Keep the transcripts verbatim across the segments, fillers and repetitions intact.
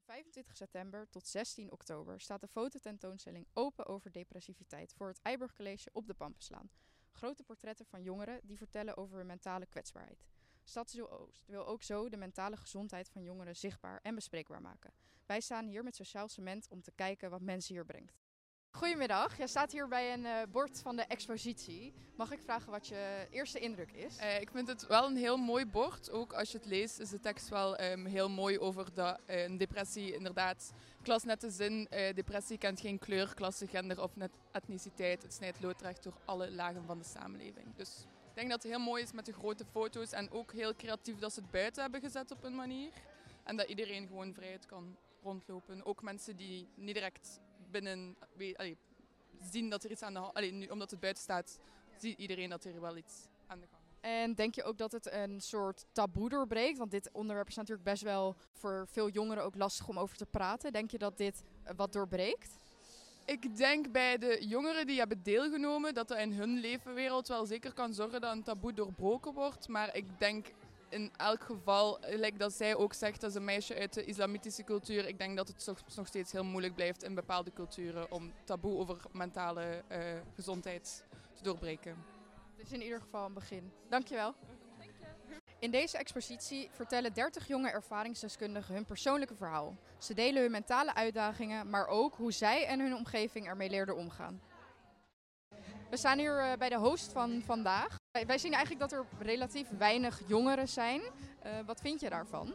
vijfentwintig september tot zestien oktober staat de fototentoonstelling Open over depressiviteit voor het Eiburg College op de Pampenslaan. Grote portretten van jongeren die vertellen over hun mentale kwetsbaarheid. Stadsdeel Oost wil ook zo de mentale gezondheid van jongeren zichtbaar en bespreekbaar maken. Wij staan hier met Sociaal Cement om te kijken wat mensen hier brengt. Goedemiddag, jij staat hier bij een uh, bord van de expositie. Mag ik vragen wat je eerste indruk is? Uh, ik vind het wel een heel mooi bord. Ook als je het leest is de tekst wel um, heel mooi over dat uh, een depressie inderdaad klasnette zin. Uh, depressie kent geen kleur, klasse, gender of net etniciteit. Het snijdt loodrecht door alle lagen van de samenleving. Dus ik denk dat het heel mooi is met de grote foto's en ook heel creatief dat ze het buiten hebben gezet op een manier. En dat iedereen gewoon vrijheid kan rondlopen. Ook mensen die niet direct binnen we, allee, zien dat er iets aan de hand is. Nu, omdat het buiten staat, ziet iedereen dat er wel iets aan de gang is. En denk je ook dat het een soort taboe doorbreekt? Want dit onderwerp is natuurlijk best wel voor veel jongeren ook lastig om over te praten. Denk je dat dit wat doorbreekt? Ik denk bij de jongeren die hebben deelgenomen dat dat in hun leefwereld wel zeker kan zorgen dat een taboe doorbroken wordt. Maar ik denk in elk geval, like dat zij ook zegt, dat is een meisje uit de islamitische cultuur. Ik denk dat het nog steeds heel moeilijk blijft in bepaalde culturen om taboe over mentale uh, gezondheid te doorbreken. Het is in ieder geval een begin. Dankjewel. Dank je. In deze expositie vertellen dertig jonge ervaringsdeskundigen hun persoonlijke verhaal. Ze delen hun mentale uitdagingen, maar ook hoe zij en hun omgeving ermee leerden omgaan. We staan hier uh, bij de host van vandaag. Wij, wij zien eigenlijk dat er relatief weinig jongeren zijn. Uh, wat vind je daarvan?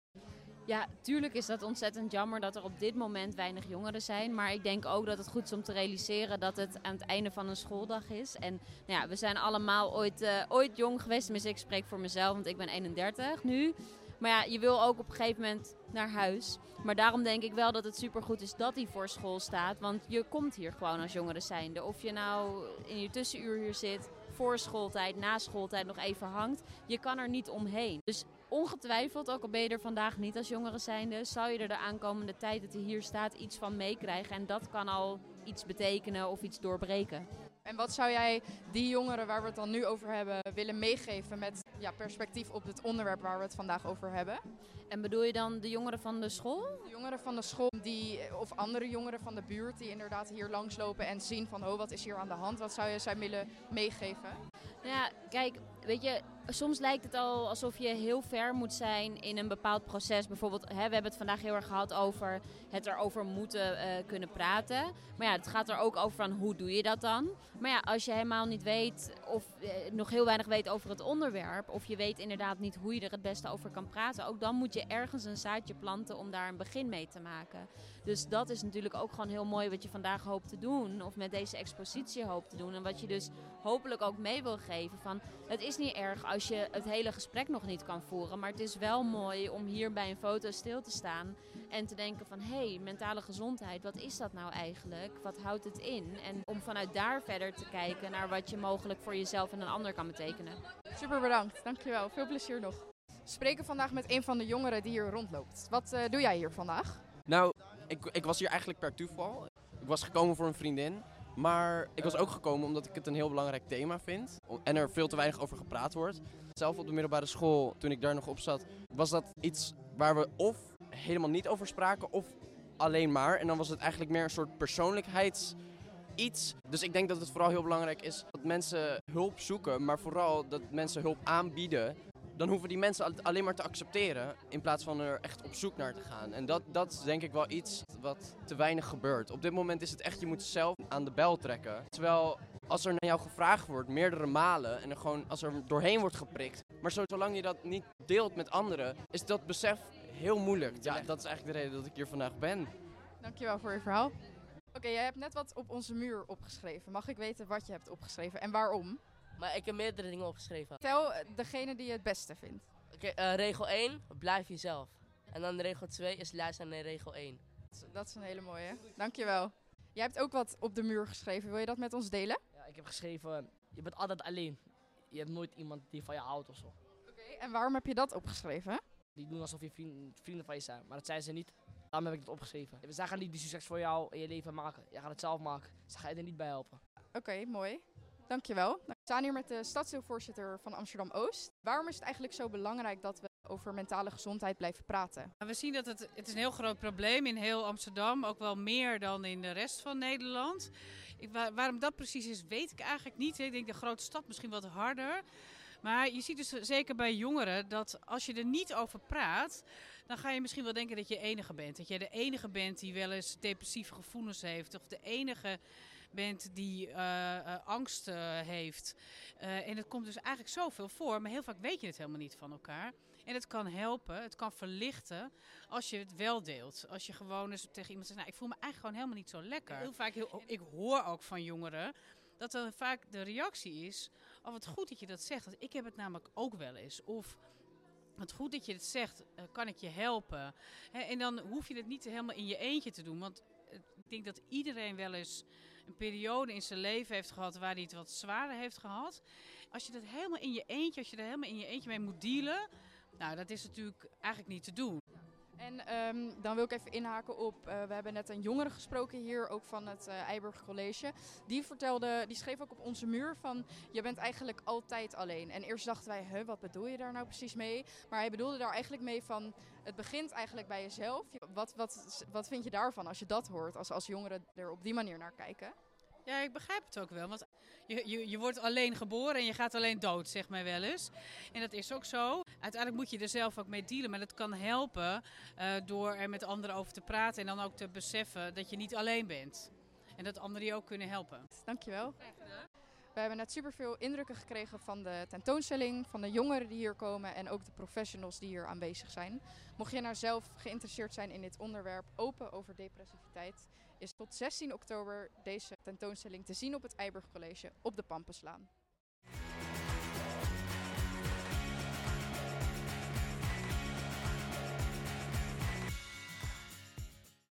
Ja, tuurlijk is dat ontzettend jammer dat er op dit moment weinig jongeren zijn. Maar ik denk ook dat het goed is om te realiseren dat het aan het einde van een schooldag is. En nou ja, we zijn allemaal ooit, uh, ooit jong geweest. Tenminste, ik spreek voor mezelf, want ik ben eenendertig nu. Maar ja, je wil ook op een gegeven moment naar huis. Maar daarom denk ik wel dat het supergoed is dat hij voor school staat. Want je komt hier gewoon als jongeren zijnde. Of je nou in je tussenuur hier zit, voor schooltijd, na schooltijd nog even hangt. Je kan er niet omheen. Dus ongetwijfeld, ook al ben je er vandaag niet als jongeren zijnde, zou je er de aankomende tijd dat hij hier staat iets van meekrijgen. En dat kan al iets betekenen of iets doorbreken. En wat zou jij die jongeren waar we het dan nu over hebben willen meegeven met ja, perspectief op het onderwerp waar we het vandaag over hebben? En bedoel je dan de jongeren van de school? De jongeren van de school die, of andere jongeren van de buurt die inderdaad hier langslopen en zien van oh, wat is hier aan de hand? Wat zou je zij willen meegeven? Ja, kijk, weet je, soms lijkt het al alsof je heel ver moet zijn in een bepaald proces. Bijvoorbeeld, hè, we hebben het vandaag heel erg gehad over het erover moeten uh, kunnen praten. Maar ja, het gaat er ook over van hoe doe je dat dan? Maar ja, als je helemaal niet weet of uh, nog heel weinig weet over het onderwerp, of je weet inderdaad niet hoe je er het beste over kan praten, ook dan moet je ergens een zaadje planten om daar een begin mee te maken. Dus dat is natuurlijk ook gewoon heel mooi wat je vandaag hoopt te doen, of met deze expositie hoopt te doen. En wat je dus hopelijk ook mee wil geven van, het is niet erg als je het hele gesprek nog niet kan voeren, maar het is wel mooi om hier bij een foto stil te staan en te denken van, hé, hey, mentale gezondheid, wat is dat nou eigenlijk? Wat houdt het in? En om vanuit daar verder te kijken naar wat je mogelijk voor jezelf en een ander kan betekenen. Super bedankt, dankjewel. Veel plezier nog. We spreken vandaag met een van de jongeren die hier rondloopt. Wat uh, doe jij hier vandaag? Nou, ik, ik was hier eigenlijk per toeval. Ik was gekomen voor een vriendin. Maar ik was ook gekomen omdat ik het een heel belangrijk thema vind. En er veel te weinig over gepraat wordt. Zelf op de middelbare school, toen ik daar nog op zat, was dat iets waar we of helemaal niet over spraken of alleen maar. En dan was het eigenlijk meer een soort persoonlijkheids iets. Dus ik denk dat het vooral heel belangrijk is dat mensen hulp zoeken, maar vooral dat mensen hulp aanbieden. Dan hoeven die mensen het alleen maar te accepteren in plaats van er echt op zoek naar te gaan. En dat, dat is denk ik wel iets wat te weinig gebeurt. Op dit moment is het echt, je moet zelf aan de bel trekken. Terwijl als er naar jou gevraagd wordt, meerdere malen, en er gewoon als er doorheen wordt geprikt. Maar zolang je dat niet deelt met anderen, is dat besef heel moeilijk. Ja, dat is eigenlijk de reden dat ik hier vandaag ben. Dankjewel voor je verhaal. Oké, okay, jij hebt net wat op onze muur opgeschreven. Mag ik weten wat je hebt opgeschreven en waarom? Maar ik heb meerdere dingen opgeschreven. Tel degene die je het beste vindt. Oké, okay, uh, regel één, blijf jezelf. En dan regel twee is luisteren naar regel één. Dat is, dat is een hele mooie. Dankjewel. Jij hebt ook wat op de muur geschreven. Wil je dat met ons delen? Ja, ik heb geschreven, je bent altijd alleen. Je hebt nooit iemand die van je houdt of zo. Oké, okay, en waarom heb je dat opgeschreven? Die doen alsof je vrienden, vrienden van je zijn, maar dat zijn ze niet. Daarom heb ik het opgeschreven. Zij gaan niet die succes voor jou in je leven maken. Jij gaat het zelf maken. Ze gaan je er niet bij helpen. Oké, okay, mooi. Dankjewel. We staan hier met de stadsdeelvoorzitter van Amsterdam-Oost. Waarom is het eigenlijk zo belangrijk dat we over mentale gezondheid blijven praten. We zien dat het, het is een heel groot probleem in heel Amsterdam, ook wel meer dan in de rest van Nederland. Ik, waar, waarom dat precies is, weet ik eigenlijk niet. Ik denk de grote stad misschien wat harder. Maar je ziet dus zeker bij jongeren dat als je er niet over praat, dan ga je misschien wel denken dat je enige bent. Dat je de enige bent die wel eens depressieve gevoelens heeft. Of de enige bent die uh, uh, angst uh, heeft. Uh, en het komt dus eigenlijk zoveel voor, maar heel vaak weet je het helemaal niet van elkaar. En het kan helpen, het kan verlichten als je het wel deelt. Als je gewoon eens tegen iemand zegt, nou, ik voel me eigenlijk gewoon helemaal niet zo lekker. Heel vaak, heel, ik hoor ook van jongeren dat dan vaak de reactie is, oh wat goed dat je dat zegt, want ik heb het namelijk ook wel eens. Of wat goed dat je het zegt, uh, kan ik je helpen? He, en dan hoef je het niet helemaal in je eentje te doen, want uh, ik denk dat iedereen wel eens een periode in zijn leven heeft gehad waar hij het wat zwaarder heeft gehad. Als je dat helemaal in je eentje, als je er helemaal in je eentje mee moet dealen, nou, dat is natuurlijk eigenlijk niet te doen. En um, dan wil ik even inhaken op, uh, we hebben net een jongere gesproken hier, ook van het uh, Eiburg College. Die vertelde, die schreef ook op onze muur van, je bent eigenlijk altijd alleen. En eerst dachten wij, huh, wat bedoel je daar nou precies mee? Maar hij bedoelde daar eigenlijk mee van, het begint eigenlijk bij jezelf. Wat, wat, wat vind je daarvan als je dat hoort, als, als jongeren er op die manier naar kijken? Ja, ik begrijp het ook wel. Want je, je, je wordt alleen geboren en je gaat alleen dood, zegt mij wel eens. En dat is ook zo. Uiteindelijk moet je er zelf ook mee dealen. Maar dat kan helpen uh, door er met anderen over te praten. En dan ook te beseffen dat je niet alleen bent. En dat anderen je ook kunnen helpen. Dankjewel. We hebben net superveel indrukken gekregen van de tentoonstelling, van de jongeren die hier komen en ook de professionals die hier aanwezig zijn. Mocht je nou zelf geïnteresseerd zijn in dit onderwerp, open over depressiviteit, is tot zestien oktober deze tentoonstelling te zien op het Eiburg College op de Pampenslaan.